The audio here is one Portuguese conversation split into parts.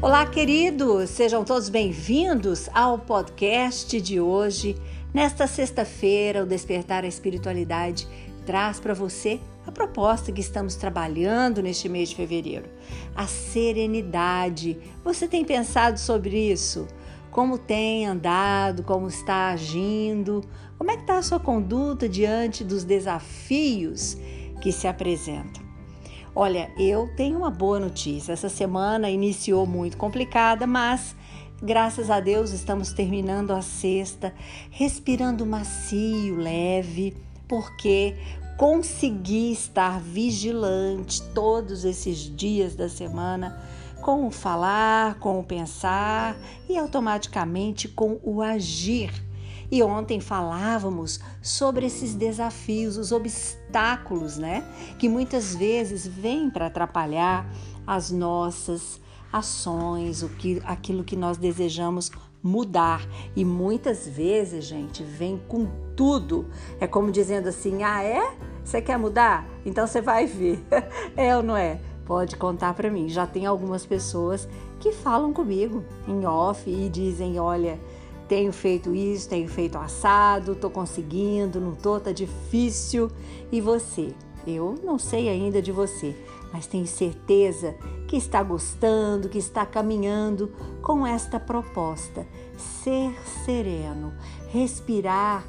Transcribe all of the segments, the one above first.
Olá, queridos! Sejam todos bem-vindos ao podcast de hoje. Nesta sexta-feira, o Despertar a Espiritualidade traz para você a proposta que estamos trabalhando neste mês de fevereiro. A serenidade. Você tem pensado sobre isso? Como tem andado? Como está agindo? Como é que está a sua conduta diante dos desafios que se apresentam? Olha, eu tenho uma boa notícia. Essa semana iniciou muito complicada, mas graças a Deus estamos terminando a sexta, respirando macio, leve, porque consegui estar vigilante todos esses dias da semana com o falar, com o pensar e automaticamente com o agir. E ontem falávamos sobre esses desafios, os obstáculos, que muitas vezes vêm para atrapalhar as nossas ações, aquilo que nós desejamos mudar. E muitas vezes, gente, vem com tudo. É como dizendo assim, Você quer mudar? Então você vai ver. É ou não é? Pode contar para mim. Já tem algumas pessoas que falam comigo em off e dizem, olha, tenho feito isso, tenho feito assado, estou conseguindo, não estou, está difícil. E você? Eu não sei ainda de você, mas tenho certeza que está gostando, que está caminhando com esta proposta. Ser sereno, respirar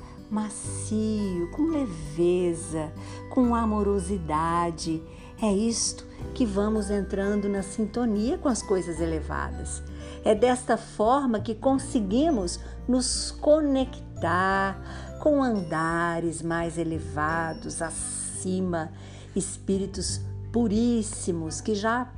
macio, com leveza, com amorosidade. É isto que vamos entrando na sintonia com as coisas elevadas. É desta forma que conseguimos nos conectar com andares mais elevados, acima, espíritos puríssimos que já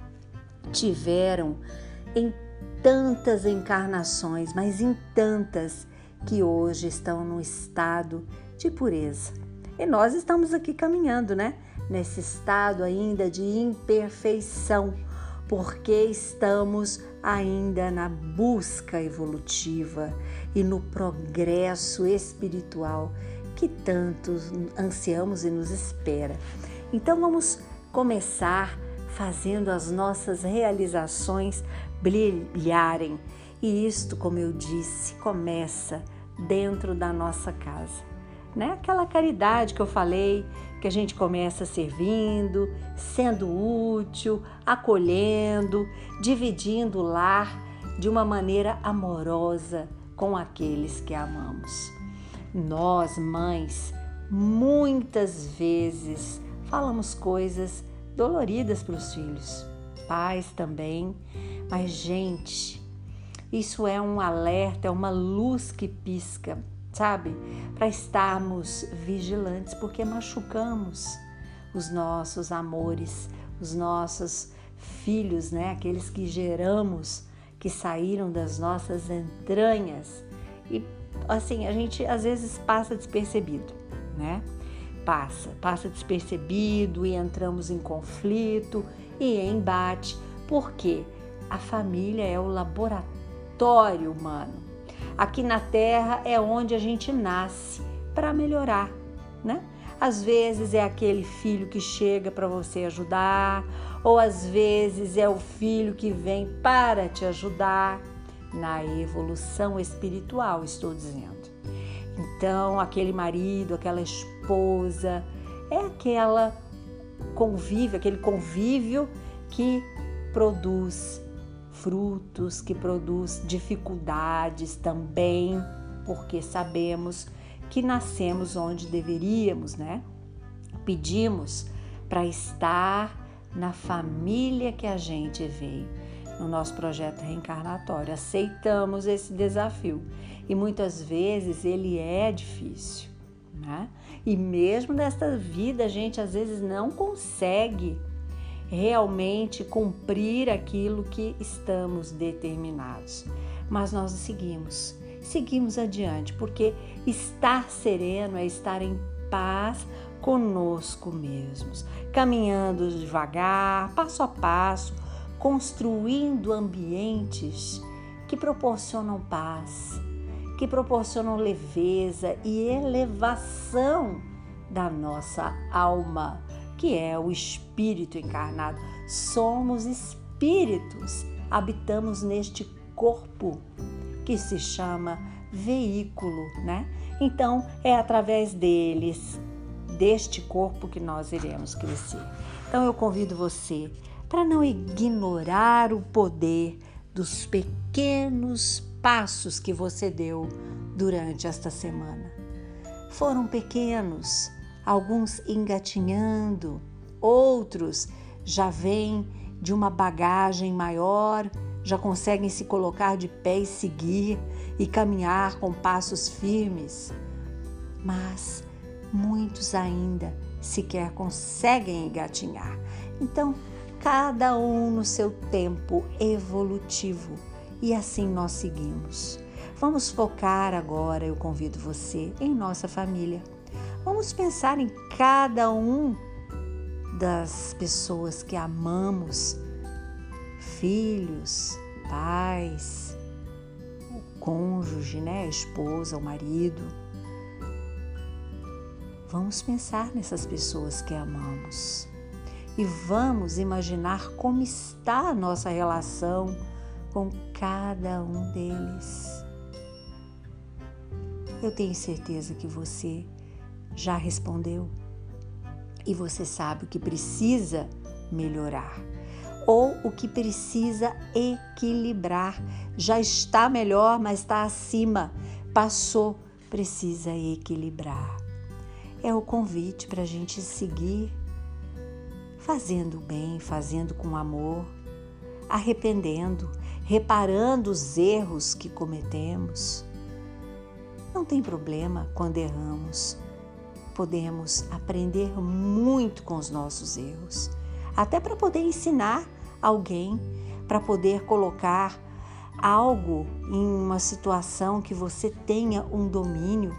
tiveram em tantas encarnações, mas em tantas que hoje estão no estado de pureza. E nós estamos aqui caminhando, nesse estado ainda de imperfeição, porque estamos ainda na busca evolutiva e no progresso espiritual que tanto ansiamos e nos espera. Então vamos começar fazendo as nossas realizações brilharem. E isto, como eu disse, começa dentro da nossa casa. Aquela caridade que eu falei, que a gente começa servindo, sendo útil, acolhendo, dividindo o lar de uma maneira amorosa com aqueles que amamos. Nós, mães, muitas vezes falamos coisas doloridas para os filhos, pais também, mas gente, isso é um alerta, é uma luz que pisca, para estarmos vigilantes, porque machucamos os nossos amores, os nossos filhos, aqueles que geramos, que saíram das nossas entranhas. E assim, a gente às vezes passa despercebido, Passa despercebido e entramos em conflito e em embate, porque a família é o laboratório humano. Aqui na Terra é onde a gente nasce para melhorar, Às vezes é aquele filho que chega para você ajudar, ou às vezes é o filho que vem para te ajudar na evolução espiritual, estou dizendo. Então, aquele marido, aquela esposa, é aquele convívio que produz frutos, que produz dificuldades também, porque sabemos que nascemos onde deveríamos, Pedimos para estar na família que a gente veio, no nosso projeto reencarnatório. Aceitamos esse desafio e muitas vezes ele é difícil, E mesmo nesta vida a gente às vezes não consegue realmente cumprir aquilo que estamos determinados. Mas nós seguimos adiante, porque estar sereno é estar em paz conosco mesmos, caminhando devagar, passo a passo, construindo ambientes que proporcionam paz, que proporcionam leveza e elevação da nossa alma, que é o espírito encarnado. Somos espíritos habitamos neste corpo que se chama veículo, né? Então, é através deste corpo que nós iremos crescer. Então, eu convido você para não ignorar o poder dos pequenos passos que você deu durante esta semana. Foram pequenos, alguns engatinhando, outros já vêm de uma bagagem maior, já conseguem se colocar de pé e seguir e caminhar com passos firmes. Mas muitos ainda sequer conseguem engatinhar. Então, cada um no seu tempo evolutivo, e assim nós seguimos. Vamos focar agora, eu convido você, em nossa família. Vamos pensar em cada um das pessoas que amamos, filhos, pais, o cônjuge, né? A esposa, o marido. Vamos pensar nessas pessoas que amamos e vamos imaginar como está a nossa relação com cada um deles. Eu tenho certeza que você já respondeu e você sabe o que precisa melhorar ou o que precisa equilibrar. Já está melhor, mas está acima, passou, precisa equilibrar. É o convite para a gente seguir fazendo bem, fazendo com amor, arrependendo, reparando os erros que cometemos. Não tem problema quando erramos. Podemos aprender muito com os nossos erros, até para poder ensinar alguém, para poder colocar algo em uma situação que você tenha um domínio.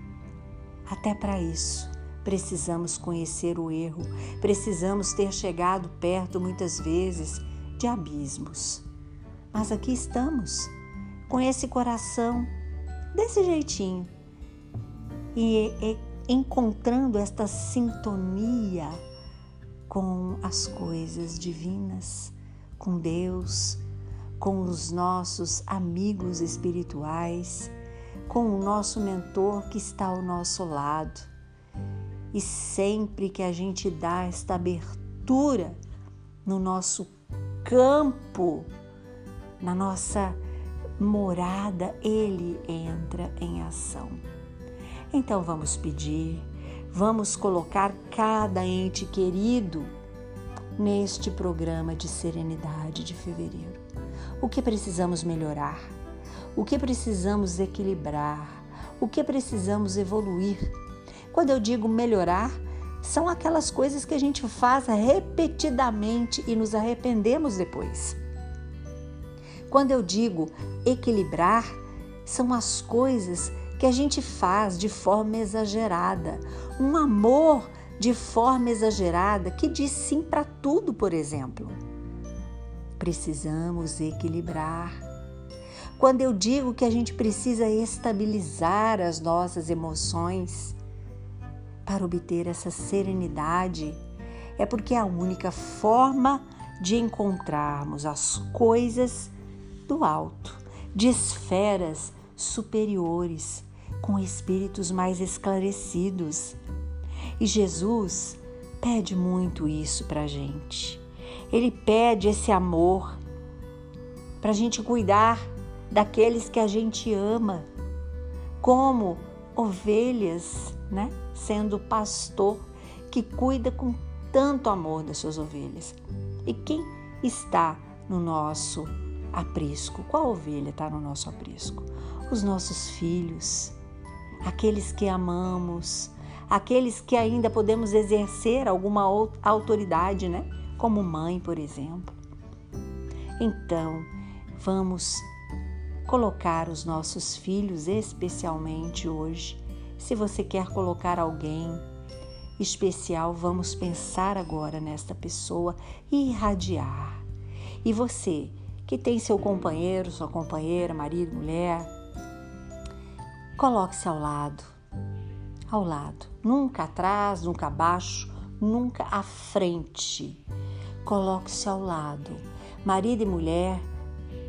Até para isso, precisamos conhecer o erro, precisamos ter chegado perto, muitas vezes, de abismos. Mas aqui estamos, com esse coração, desse jeitinho, e encontrando esta sintonia com as coisas divinas, com Deus, com os nossos amigos espirituais, com o nosso mentor que está ao nosso lado. E sempre que a gente dá esta abertura no nosso campo, na nossa morada, Ele entra em ação. Então vamos pedir, vamos colocar cada ente querido neste programa de serenidade de fevereiro. O que precisamos melhorar? O que precisamos equilibrar? O que precisamos evoluir? Quando eu digo melhorar, são aquelas coisas que a gente faz repetidamente e nos arrependemos depois. Quando eu digo equilibrar, são as coisas que a gente faz de forma exagerada. Um amor de forma exagerada que diz sim para tudo, por exemplo. Precisamos equilibrar. Quando eu digo que a gente precisa estabilizar as nossas emoções para obter essa serenidade, é porque é a única forma de encontrarmos as coisas do alto, de esferas superiores, com espíritos mais esclarecidos. E Jesus pede muito isso para a gente. Ele pede esse amor para a gente cuidar daqueles que a gente ama, como ovelhas, né? Sendo pastor que cuida com tanto amor das suas ovelhas. E quem está no nosso aprisco? Qual ovelha está no nosso aprisco? Os nossos filhos, aqueles que amamos, aqueles que ainda podemos exercer alguma autoridade, né? Como mãe, por exemplo. Então, vamos colocar os nossos filhos, especialmente hoje. Se você quer colocar alguém especial, vamos pensar agora nesta pessoa e irradiar. E você, que tem seu companheiro, sua companheira, marido, mulher, coloque-se ao lado, nunca atrás, nunca abaixo, nunca à frente. Coloque-se ao lado. Marido e mulher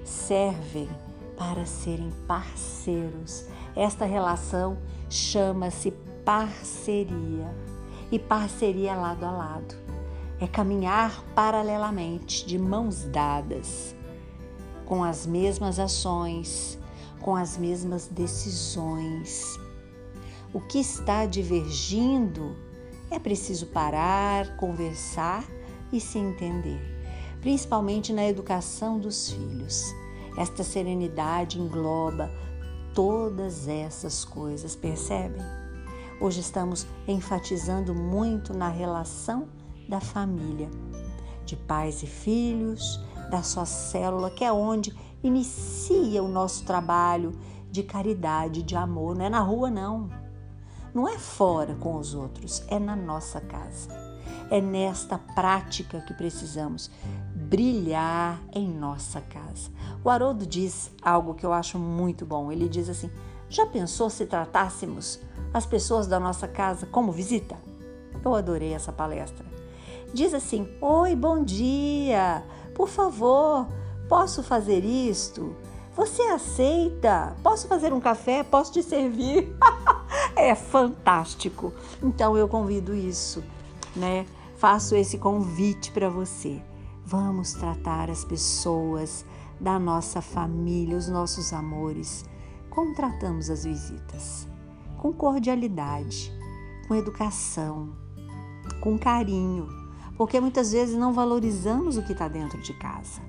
servem para serem parceiros. Esta relação chama-se parceria. E parceria lado a lado. É caminhar paralelamente, de mãos dadas, com as mesmas ações, com as mesmas decisões. O que está divergindo é preciso parar, conversar e se entender, principalmente na educação dos filhos. Esta serenidade engloba todas essas coisas, percebem? Hoje estamos enfatizando muito na relação da família, de pais e filhos, da sua célula, que é onde inicia o nosso trabalho de caridade, de amor. Não é na rua, não. Não é fora com os outros, é na nossa casa. É nesta prática que precisamos brilhar em nossa casa. O Haroldo diz algo que eu acho muito bom. Ele diz assim: já pensou se tratássemos as pessoas da nossa casa como visita? Eu adorei essa palestra. Diz assim: oi, bom dia, por favor, posso fazer isto? Você aceita? Posso fazer um café? Posso te servir? É fantástico. Então eu convido isso, né? Faço esse convite para você. Vamos tratar as pessoas da nossa família, os nossos amores, como tratamos as visitas. Com cordialidade, com educação, com carinho, porque muitas vezes não valorizamos o que está dentro de casa.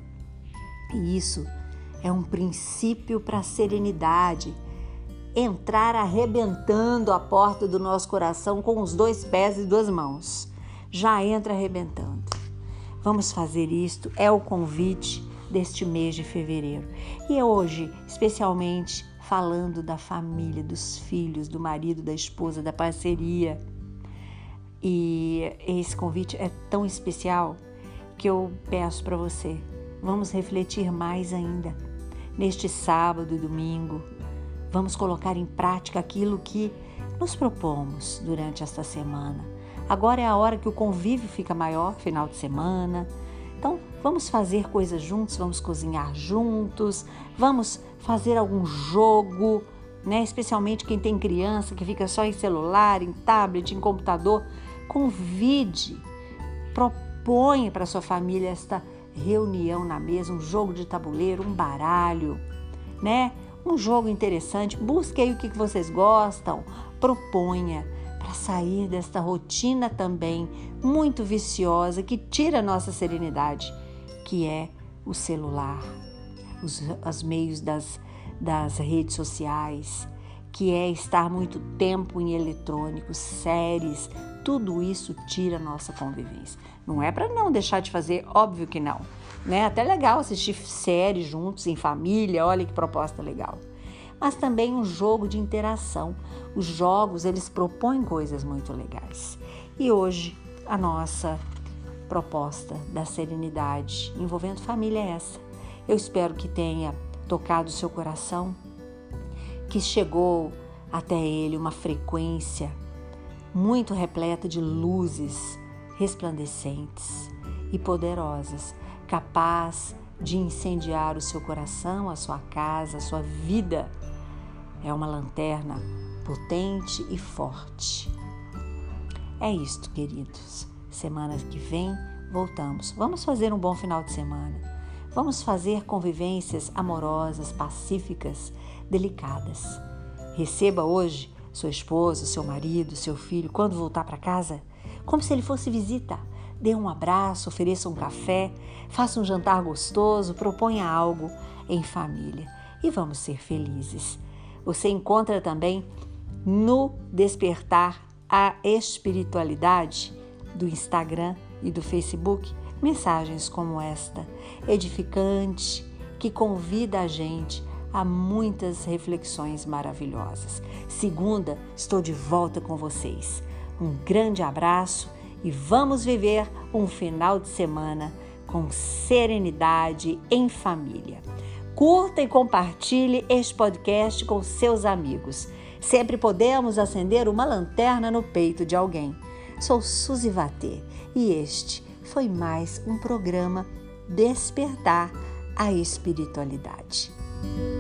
E isso é um princípio para a serenidade, entrar arrebentando a porta do nosso coração com os 2 pés e 2 mãos. Já entra arrebentando. Vamos fazer isto, é o convite deste mês de fevereiro. E hoje, especialmente, falando da família, dos filhos, do marido, da esposa, da parceria. E esse convite é tão especial que eu peço para você, vamos refletir mais ainda. Neste sábado e domingo, vamos colocar em prática aquilo que nos propomos durante esta semana. Agora é a hora que o convívio fica maior, final de semana. Então, vamos fazer coisas juntos, vamos cozinhar juntos, vamos fazer algum jogo, né? Especialmente quem tem criança que fica só em celular, em tablet, em computador. Convide, proponha para sua família esta reunião na mesa, um jogo de tabuleiro, um baralho, né? Um jogo interessante. Busque aí o que vocês gostam, proponha para sair desta rotina também muito viciosa que tira a nossa serenidade, que é o celular, os meios das redes sociais, que é estar muito tempo em eletrônicos, séries, tudo isso tira a nossa convivência. Não é para não deixar de fazer, óbvio que não, né? Até legal assistir séries juntos, em família, olha que proposta legal. Mas também um jogo de interação. Os jogos, eles propõem coisas muito legais. E hoje, a nossa proposta da serenidade envolvendo família é essa. Eu espero que tenha tocado o seu coração, que chegou até ele uma frequência muito repleta de luzes resplandecentes e poderosas, capaz de incendiar o seu coração, a sua casa, a sua vida. É uma lanterna potente e forte. É isto, queridos. Semana que vem voltamos. Vamos fazer um bom final de semana. Vamos fazer convivências amorosas, pacíficas, delicadas. Receba hoje sua esposa, seu marido, seu filho, quando voltar para casa, como se ele fosse visita. Dê um abraço, ofereça um café, faça um jantar gostoso, proponha algo em família e vamos ser felizes. Você encontra também no Despertar a Espiritualidade do Instagram e do Facebook mensagens como esta, edificante, que convida a gente a muitas reflexões maravilhosas. Segunda, estou de volta com vocês. Um grande abraço e vamos viver um final de semana com serenidade em família. Curta e compartilhe este podcast com seus amigos. Sempre podemos acender uma lanterna no peito de alguém. Sou Suzy Vatê e este foi mais um programa Despertar a espiritualidade.